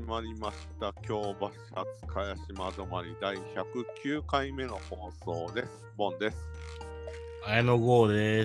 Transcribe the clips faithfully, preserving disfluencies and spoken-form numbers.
まりました。京橋初茅島止まりだいひゃくきゅうかいめの放送です。ボンです。 綾野剛です。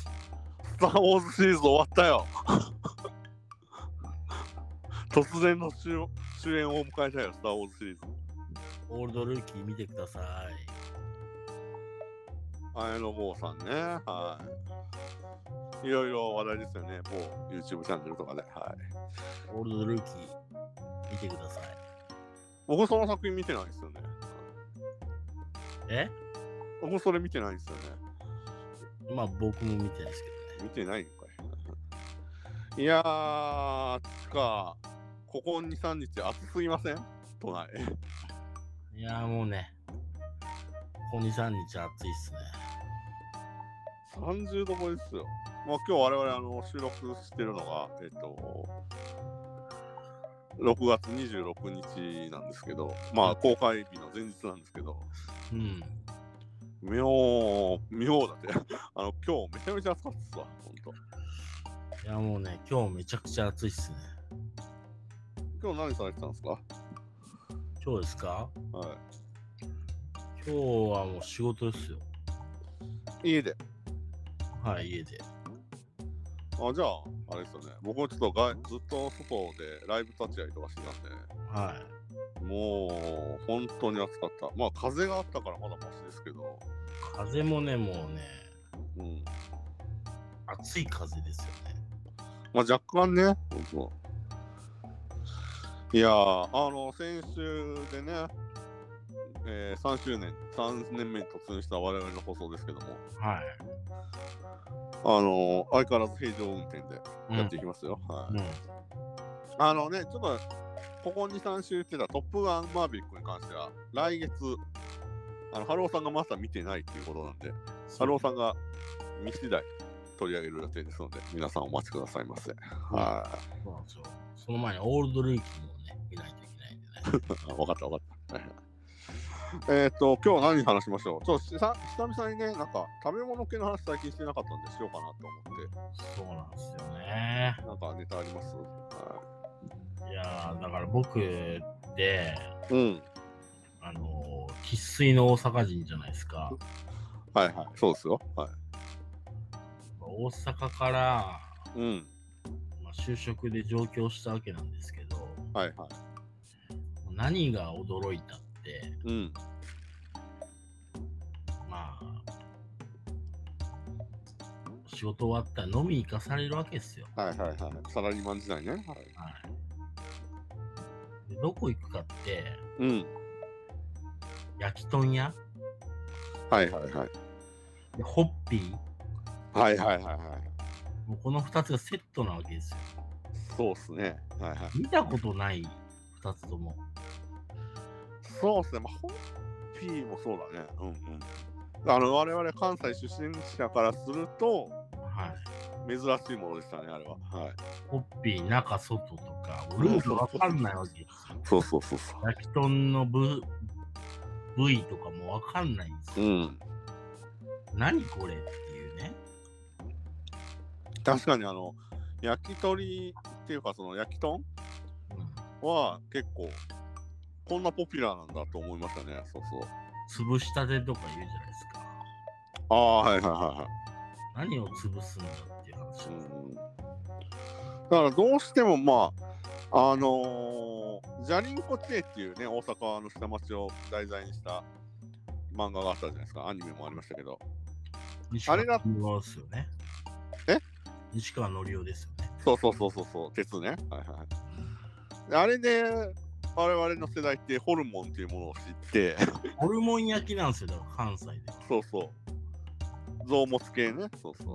スター・ウォーズシリーズ終わったよ。突然の主主演を迎えたよ、スター・ウォーズシリーズ。 オールドルーキー見てください。 綾野剛さんね。はい。いろいろ話題ですよね。某 YouTube チャンネルとかで。はい。 オールドルーキー見てください。 僕その作品見てないですよね。 え僕それ見てないですよね。 まあ僕も見てないですけどね。 見てないのかい。いやー、つか、ここに、さんにち暑すぎません？都内。 いやーもうね、ここに、さんにち暑いっすね。 さんじゅうど超えですよ。まあ今日我々あの収録してるのが、えっと、ろくがつにじゅうろくにちなんですけど、まあ公開日の前日なんですけど、 うん。 妙、妙だって。あの、今日めちゃめちゃ暑かったっすわ、ほんと。 いやもうね、今日めちゃくちゃ暑いっすね。 今日何されてたんですか？ 今日ですか？ は今日はもう仕事ですよ。 い。家で。 はい、家で。 あ、じゃあ、あれですよね。僕もちょっとがずっと外でライブ立ち会いとかしてたんで、 はもう本当に暑かった。まあ風があったからまだマシですけど、 い。風もね、もうね、 うん。 暑い風ですよね。 まあ若干ね、本当。いやー、あの、先週でね、えー、さんしゅうねん、さんねんめに突入した我々の放送ですけども、 はい。 あのー、相変わらず平常運転でやっていきますよ。 うん。 はい。 うん。 あのね、ちょっと、ここに、さん週言ってたトップガンマーヴェリックに関しては、来月、あの、ハローさんがまだ見てないっていうことなんで、ハローさんが見次第取り上げる予定ですので、皆さんお待ちくださいませ。はい。 そうなんですよ。その前にオールドルーキーもね、見ないといけないんでね。 わかったわかった。はいえっと、今日何話しましょう。ちょっと久々にね、なんか食べ物系の話最近してなかったんでしようかなと思って。 そうなんですよね。 なんかネタあります？はいやー、だから僕で、 い。うん。 あのー、生粋の大阪人じゃないですか。 はいはい。そうですよ。はい。 大阪から、 うん。 まあ、就職で上京したわけなんですけど、 はいはい。 何が驚いたって、 うん。 まあ、仕事終わったら飲み行かされるわけですよ。 はいはいはい。サラリーマン時代ね。はい。 はい。でどこ行くかって、 うん。 焼き豚屋はいはいはい。 でホッピーはいはいはいはい。 もうこのふたつがセットなわけですよ。 そうっすね。はいはい。 見たことないふたつとも。 そうっすね。まあ、ホッピーもそうだね。うんうん。あの、我々関西出身者からすると、 はい。 珍しいものでしたね、あれは。はい。 ホッピー中外とか、ルールわかんないわけですよ。 そうそうそうそう。 焼き豚の部部位とかもわかんないんですよ。 うん。 何これっていうね。 確かにあの、焼き鳥っていうか、その焼き豚うん、 は結構、こんなポピュラーなんだと思いましたね。そうそう。 潰したてとか言うじゃないですか。 ああ、はいはいはいはい。 何を潰すんだっていう話。 うん、だからどうしてもまああのー、ジャリンコチェっていうね、大阪の下町を題材にした漫画があったじゃないですか。アニメもありましたけど、 あれだですよね。 え西川のりおですよね。 そうそうそうそうそう、鉄ね。はいはい。あれで我々の世代ってホルモンっていうものを知ってホルモン焼きなんですよ、だから関西では。 そうそう。臓物系ね。そうそう。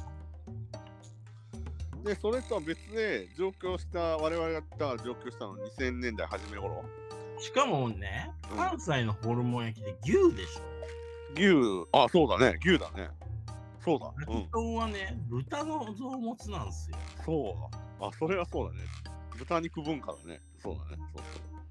で、それとは別で上京した、我々が上京したのにせんねんだい初め頃。 しかもね、 うん、 関西のホルモン焼きで牛でしょ。 牛、あ、そうだね、牛だね。そうだ。 焼き豚はね、うん、豚の臓物なんですよ。 そうだ。あ、それはそうだね。豚肉文化だね。そうだね。そう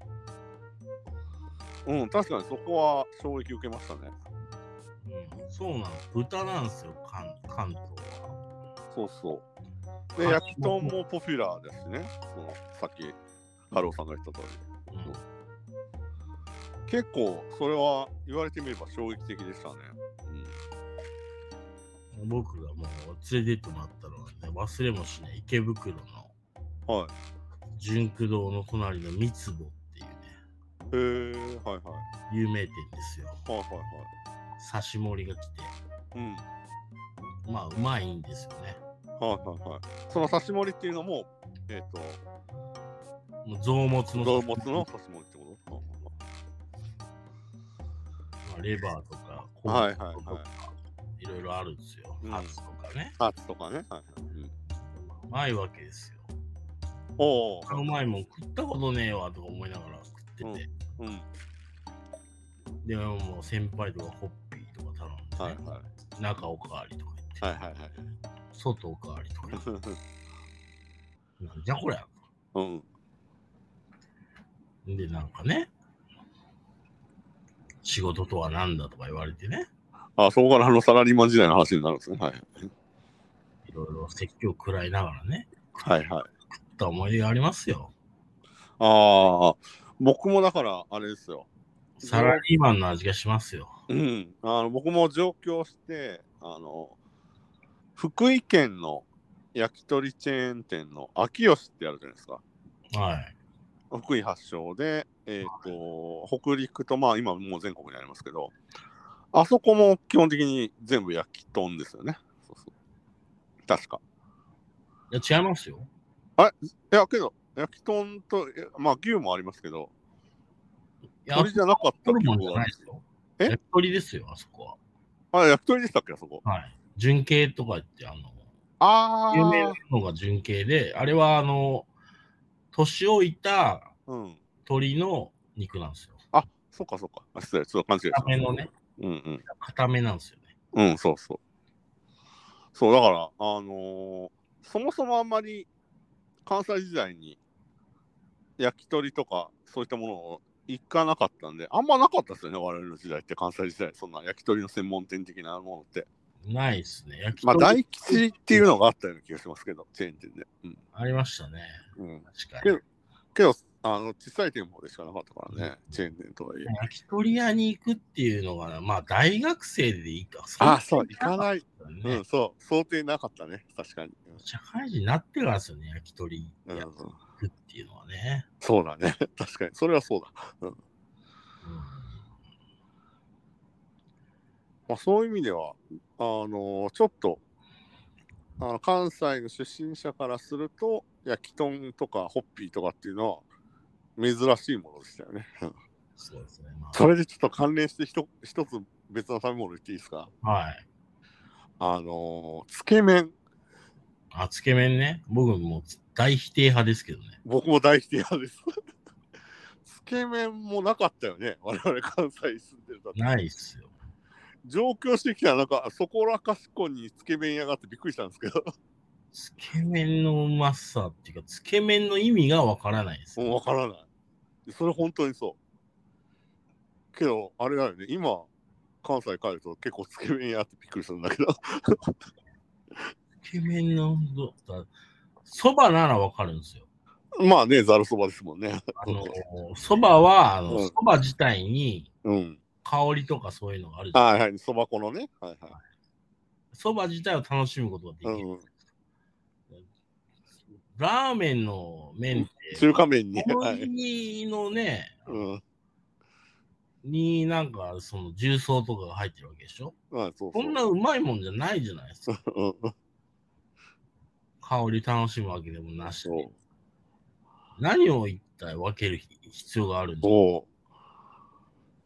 そう。うん、確かにそこは衝撃受けましたね。 うん、そうなんです。豚なんですよ、関, 関東は。 そうそう。で、焼き豚もポピュラーですしね。そのさっき太郎さんが言った通り。 うん結構それは言われてみれば衝撃的でしたね。 僕がもう連れてってもらったのはね、忘れもしない池袋のはい。 純駆堂の隣の三つぼっていうね、 へえ、はいはい。 有名店ですよ。 はいはいはい。 刺し盛りが来て、 うん。 まあうまいんですよね。 はいはいはい。その刺し盛りっていうのも、えっ、 もう臓物と、 の動物の刺し盛りってこと？ まあ、レバーとか、コはいはいーンとか、 はいいろいろあるんですよ。 うんハツとかね。 ハーツとかね。はいはい。うん、 うまいわけですよ。 おお。 あのうまいもん食ったことねえわとか思いながら食ってて。 うん。うん。 でもう先輩とかホッピーとか頼んで、ね、 はいはい。 中おかわりとか言って、 はいはいはい。 外おかわりとか言ってなんじゃこりゃ。 うん。 で、なんかね、仕事とは何だとか言われてね、 あ、そこからあのサラリーマン時代の話になるんですね。はい。 いろいろ説教食らいながらね、 はいはい。 食った思い出がありますよ。 ああ、僕もだからあれですよ。 サラリーマンの味がしますよ。 うん。あの僕も上京して、あの、福井県の焼き鳥チェーン店の秋吉ってあるじゃないですか。 はい。 福井発祥で、えっ、と、北陸と、まあ今もう全国にありますけど、あそこも基本的に全部焼き豚ですよね。そうそう。確か。 いや、違いますよ。 いや、けど、焼き豚と、いやまあ牛もありますけど、 いや、 鳥じゃなかったホルモンじ記憶があるゃないですよ。 え焼き鳥ですよ、あそこあ、焼き鳥でしたっけ、あそこ。 は。はい。純系とか言って、あの、 あ有名なのが純系で、あれは、あの、年老いたー。うん。 鳥の肉なんですよ。 あ、そっかそっか。あ、失礼、ちょっと勘違いしました。 固めのね、 うんうん。 固めなんですよね。 うん、そうそう。そう、だから、あのーそもそもあんまり関西時代に焼き鳥とかそういったものを行かなかったんで、あんまなかったですよね、我々の時代って、関西時代、そんな焼き鳥の専門店的なものって。 ないっすね。焼きまあ、 鳥大吉っていうのがあったような気がしますけど、チェーン店で。うん。 ありましたね。 うん、 確かに。 けど、あの小さい店舗でしかなかったからね、チェーン店とはいえ。 焼き鳥屋に行くっていうのが、まあ、大学生でいいか。 あ、そう、行かない。 ね、 うん、そう、想定なかったね、確かに。うん、 社会人になってからですよね、焼き鳥屋に行くっていうのはね。 そうだね、確かに、それはそうだ。うん。 うんまあ、そういう意味では、あのちょっと、あの関西の出身者からすると、焼き豚とかホッピーとかっていうのは珍しいものでしたよね。 そうですね。まあ、 それでちょっと関連して一一つ別の食べ物言っていいですか？ はい。 あのー、つけ麺。 あ、つけ麺ね。僕も大否定派ですけどね。 僕も大否定派です。つけ麺もなかったよね。我々関西に住んでるだと。 ないっすよ。 上京してきたらなんかそこらかしこにつけ麺屋があってびっくりしたんですけど。 つけ麺のうまさっていうか、つけ麺の意味がわからないですよ。 もうわからない。それ本当にそう。けど、あれだよね。今、関西帰ると結構つけ麺屋ってびっくりするんだけど。 つけ麺の、そばならわかるんですよ。 まあね、ざるそばですもんね。 あの、そばは、あの、 うんそば自体にうん。 香りとかそういうのがあるじゃん。 はいはい。そば粉のね。はいはい。 そば自体を楽しむことができる。 うん、 ラーメンの麺って、 中華麺に。 小はい。 麦のね、 うん。 になんかその重曹とかが入ってるわけでしょ。 あそうそう。 こんなうまいもんじゃないじゃないですか。 うん香り楽しむわけでもなしに。 そう。 何を一体分ける必要があるんですか。 そう。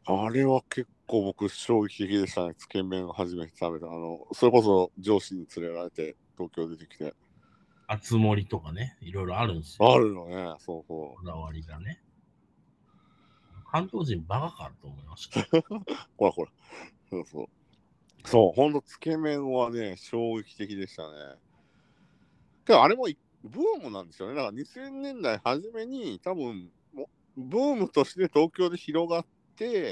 あれは結構僕衝撃的でしたね。つけ麺を初めて食べた。あの、それこそ上司に連れられて東京出てきて。 厚盛りとかね、いろいろあるんですよ。 あるのね。そうそこだわりがね。関東人バカかと思いました。 う。ほらほら。そうそう。そう、ほんとつけ麺はね、衝撃的でしたね。けどあれもブームなんですよね。だからにせんねんだい初めに多分もブームとして東京で広がって、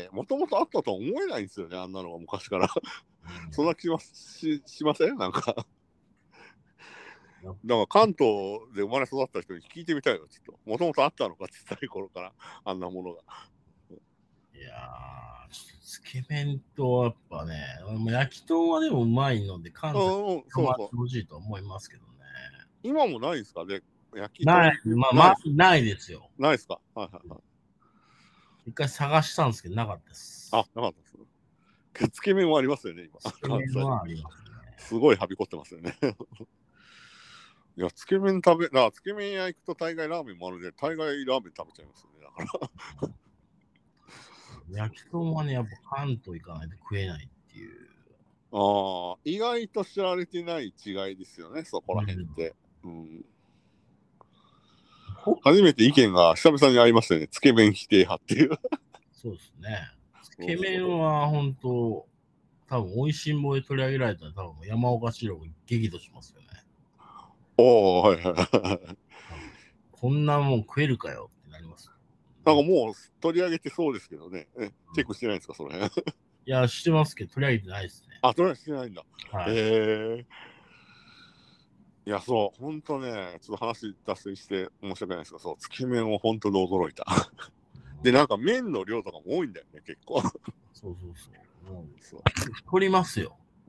もともとあったとは思えないんですよね。あんなのが昔から。そんな気は し, しませんなんか。 から関東で生まれ育った人に聞いてみたいよ、ちょっと。もともとあったのか、小さい頃から、あんなものが。 いやー、ちょっとつけ麺とやっぱね、焼き豚はでもうまいので、関西うんうん、そうそう。 欲しいと思いますけどね。 今もないですかね、焼きない、 豚。 まあ、まあないです、 ないですよ。 ないですか。はいはいはい。 一回探したんですけど、なかったです。 あ、なかったです。つけ麺はありますよね、今。 つけ麺はありますね。 すごいはびこってますよね。いや、つけ麺食べ、な、つけ麺屋行くと大概ラーメンもあるんで、大概ラーメン食べちゃいますよね。だから。 焼き豚はね、やっぱ関東行かないと食えないっていう。 ああ、意外と知られてない違いですよね、そこら辺って。うん。うん、初めて意見が久々に会いましたよね、つけ麺否定派っていう。 そうですね。つけ麺は本当、多分、美味しんぼで取り上げられたら、多分、山岡四郎が激怒しますよね。 おお、はいはいはい。 こんなもん食えるかよってなります。 なんかもう取り上げてそうですけどね。チェックしてないんですか、その辺。 いや、してますけど、取り上げてないですね。 あ、取り上げてないんだ。 はい、 へえ。いや、そう、ほんとね、ちょっと話脱線して申し訳ないですけど、そう、つけ麺をほんとで驚いた。で、なんか麺の量とかも多いんだよね、結構。 そうそうそう。もうそう太りますよ。 うん。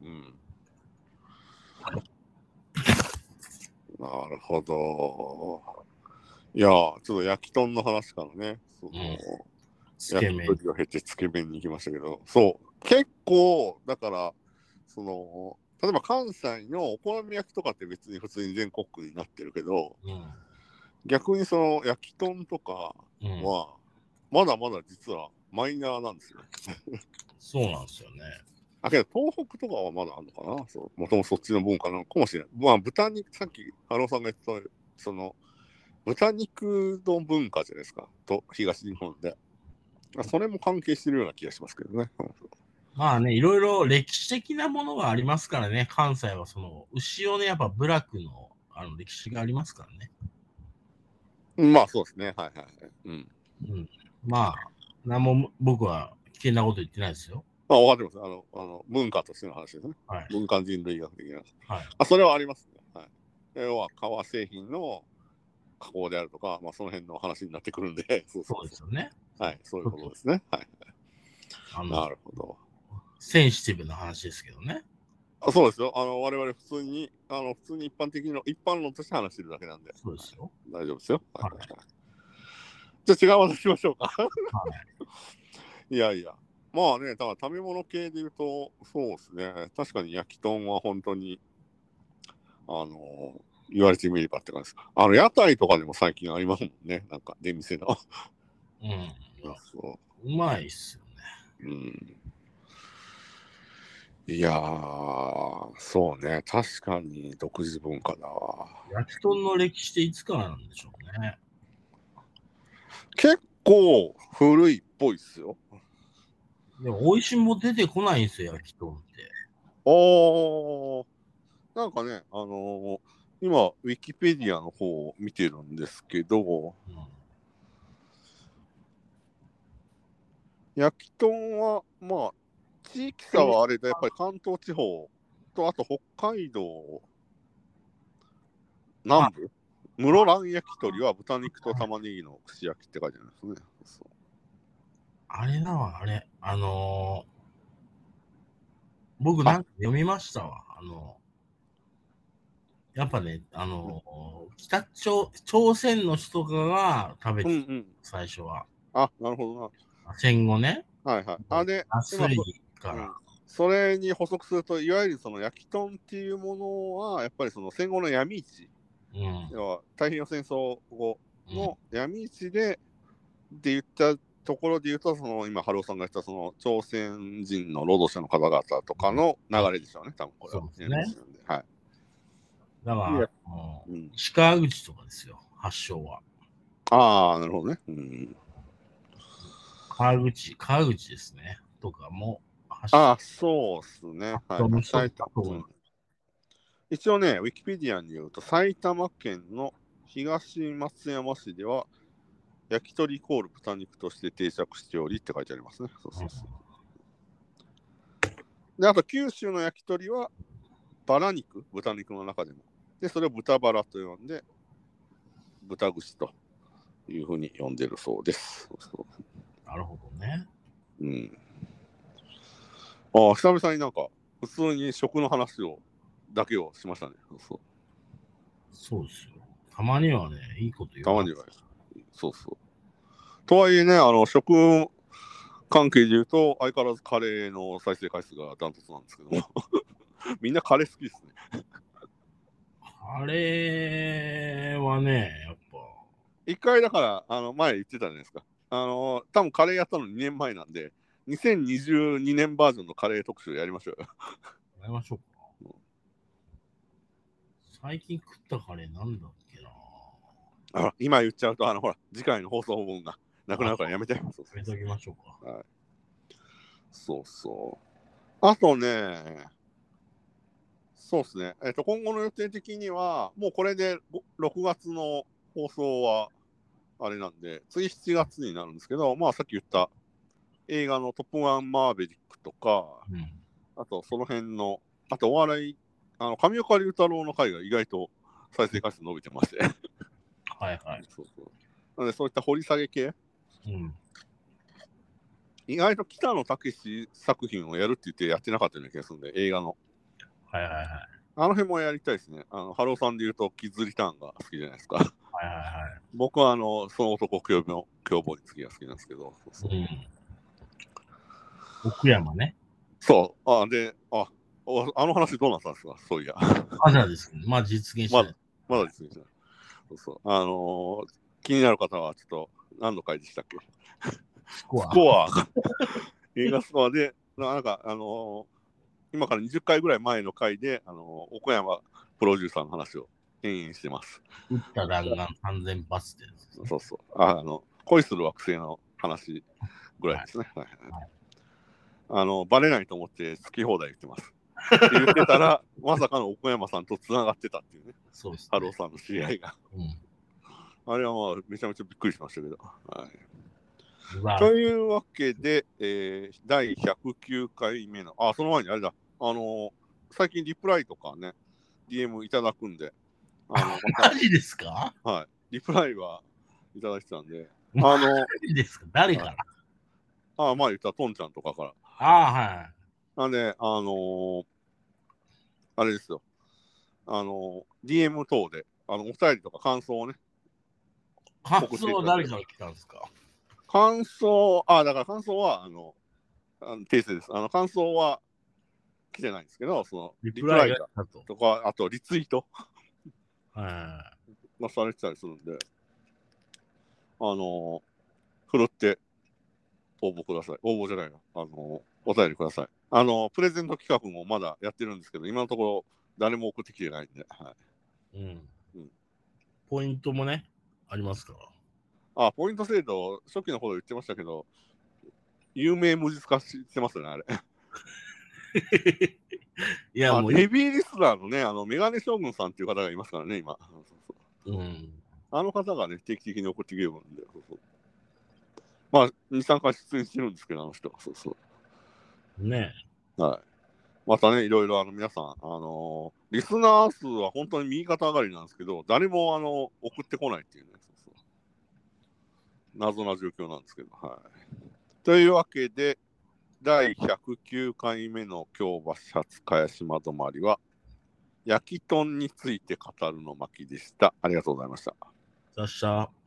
なるほど。いや、ちょっと焼き豚の話からね、その、うん、 つけ麺焼き鳥を経てつけ麺に行きましたけど、そう、結構、だから、その、例えば関西のお好み焼きとかって別に普通に全国区になってるけど、うん、逆にその焼き豚とかは、うん、まだまだ実はマイナーなんですよ。 そうなんですよね。 あ、けど東北とかはまだあるのかな、そう、もともとそっちの文化なのかもしれない。まあ豚肉、さっきハローさんが言った、その、豚肉の文化じゃないですか、と東日本で。それも関係してるような気がしますけどね。 まあね、いろいろ歴史的なものがありますからね、関西はその牛をね、やっぱ部落のあの歴史がありますからね。 まあそうですね、はいはいはい。うん。 うん、まあ、何も僕は危険なこと言ってないですよ。 あ、分かってます。あの、あの文化としての話ですね。はい、文化人類学的な。はい、あ、それはありますね。はい、要は革製品の加工であるとか、まあ、その辺の話になってくるんで、そうそうそう、そうですよね。はい、そういうことですね。はい。あのなるほど。 センシティブな話ですけどね。 あ、そうですよ。あの、我々普通に、あの、普通に一般的に、一般論として話してるだけなんで。 そうですよ。 はい、大丈夫ですよ。はいはいはい、じゃあ違う話しましょうか。はい、いやいや。まあね、だから食べ物系で言うと、そうですね。確かに焼き豚は本当に、あの、言われてみればって感じです。あの、屋台とかでも最近ありますもんね。なんか、出店の。 うん。そう。うまいっすよね。 うん。いやー、そうね。確かに独自文化だわ。 焼き豚の歴史っていつからなんでしょうね。 結構古いっぽいっすよ。 でも、美味しんも出てこないんですよ、焼き豚って。 あー、なんかね、あのー、今、ウィキペディアの方を見てるんですけど、うん、焼き豚は、まあ、地域差はあれで、やっぱり関東地方と、あと北海道南部、室蘭焼き鳥は豚肉と玉ねぎの串焼きって書いてあるんですね。そうあれだわ、あれ。あのー、僕なんか読みましたわ。あのー、やっぱね、あのー、北朝朝鮮の人とかが食べてた、うんうん、最初は。 あ、なるほどな。 戦後ね。 はいはい。あ、で、 安いから、うん。 それに補足すると、いわゆるその焼き豚っていうものは、やっぱりその戦後の闇市、うん、要は太平洋戦争後の闇市で、うん、って言ったところで言うと、その今、春尾さんが言ったその朝鮮人の労働者の方々とかの流れでしょうね、多分これは。そうですね。はい。 だから、うん、石川口とかですよ、発祥は。 ああ、なるほどね。うん、 川口、川口ですね。とかも。 ああ、そうですね。はい、はい。うん、一応ね、ウィキペディアによると、埼玉県の東松山市では、焼き鳥イコール豚肉として定着しておりって書いてありますね。そうそうそう。で、あと九州の焼き鳥はバラ肉、豚肉の中でもで、それを豚バラと呼んで、豚串というふうに呼んでるそうです。そうそなるほどね。 う。うん。ああ、久々になんか、普通に食の話を、だけをしましたね。そうそう。 そうですよ。たまにはね、いいこと言わない。 たまには。そうそう。とはいえね、あの、食関係で言うと、相変わらずカレーの再生回数がダントツなんですけども。みんなカレー好きですね。 カレーはね、やっぱ。 一回だから、あの、前言ってたじゃないですか。あの、多分カレーやったのにねんまえなんで、にせんにじゅうにねんバージョンのカレー特集やりましょうよ。 やりましょうか。最近食ったカレーなんだっけな。 あ今言っちゃうと、あの、ほら、次回の放送分がなくなるからやめて。そうそうやめときましょうか。 はい、そうそう。あとね、そうですね。えっと、今後の予定的には、もうこれでろくがつの放送は、あれなんで、次しちがつになるんですけど、まあさっき言った映画のトップガンマーヴェリックとか、 うん、 あとその辺の、あとお笑い、あの上岡龍太郎の回が意外と再生回数伸びてまして。 はいはい。 そうそう。なのでそういった掘り下げ系、 うん、 意外と北野武作品をやるって言ってやってなかったような気がするんで、映画の。 はいはいはい。 あの辺もやりたいですね。あの、ハローさんで言うと、キッズリターンが好きじゃないですか。 はいはいはい。 僕は、あの、その男凶暴凶暴に次が好きなんですけど。そうそう、 うん。奥山ね。 そう。あ、で、あ、あの話どうなったんですか、そういや。 まだですね。まあ実現してない。 まだ、まだですね。そうそう。あのー、気になる方は、ちょっと、何の回でしたっけ、 スコア。 スコア。映画スコアで、なんか、あのー、今からにじゅっかいぐらい前の回で、あのー、岡山プロデューサーの話を延々してます。 打った弾丸さんぜん発ってやつですね。 そうそう。ああの、恋する惑星の話ぐらいですね。はいはいはい、あの、バレないと思って好き放題言ってます。って言ってたら、まさかの奥山さんとつながってたっていうね。 そうですね。 ハローさんの知り合いが。 うん、 あれはまあ、めちゃめちゃびっくりしましたけど。はい、 うわというわけで、えー、だいひゃくきゅうかいめの、あ、その前にあれだ、あのー、最近リプライとかね、ディーエム いただくんで、あの、また、 マジですか？ はい、リプライはいただいてたんで、あマの、 ジですか？誰から？ あ、まあ言ったらトンちゃんとかから。 ああ、はい。 なんで、あのー、あれですよ、あのー、ディーエム 等で、あの、お便りとか感想をね、 感想は誰から来たんですか？ 感想、あ、だから感想は、あの、あの訂正です。あの、感想は来てないんですけど、その、リプライがとか、あとリツイートがされてたりするんで、あの、ふるって応募ください。応募じゃないな。あの、お便りください。あの、プレゼント企画もまだやってるんですけど、今のところ誰も送ってきてないんで、はい。 うん。うん、ポイントもね、ありますから。 あ、ポイント制度、初期の頃言ってましたけど、有名無実化してますよね、あれ。いや、もう。ヘビーリスナーのね、あの、メガネ将軍さんっていう方がいますからね、今。そうそう、うん。あの方がね、定期的に送ってきてるんで、そうそう。まあ、に、さんかい出演してるんですけど、あの人は。そうそう。ねえ。はい。またね、いろいろあの皆さん、あのー、リスナー数は本当に右肩上がりなんですけど、誰もあの送ってこないっていうね、そうそう、謎な状況なんですけど、はい。というわけで、だいひゃくきゅうかいめの京橋発茅島止まりは、焼き豚について語るの巻でした。ありがとうございました。 さっしゃ。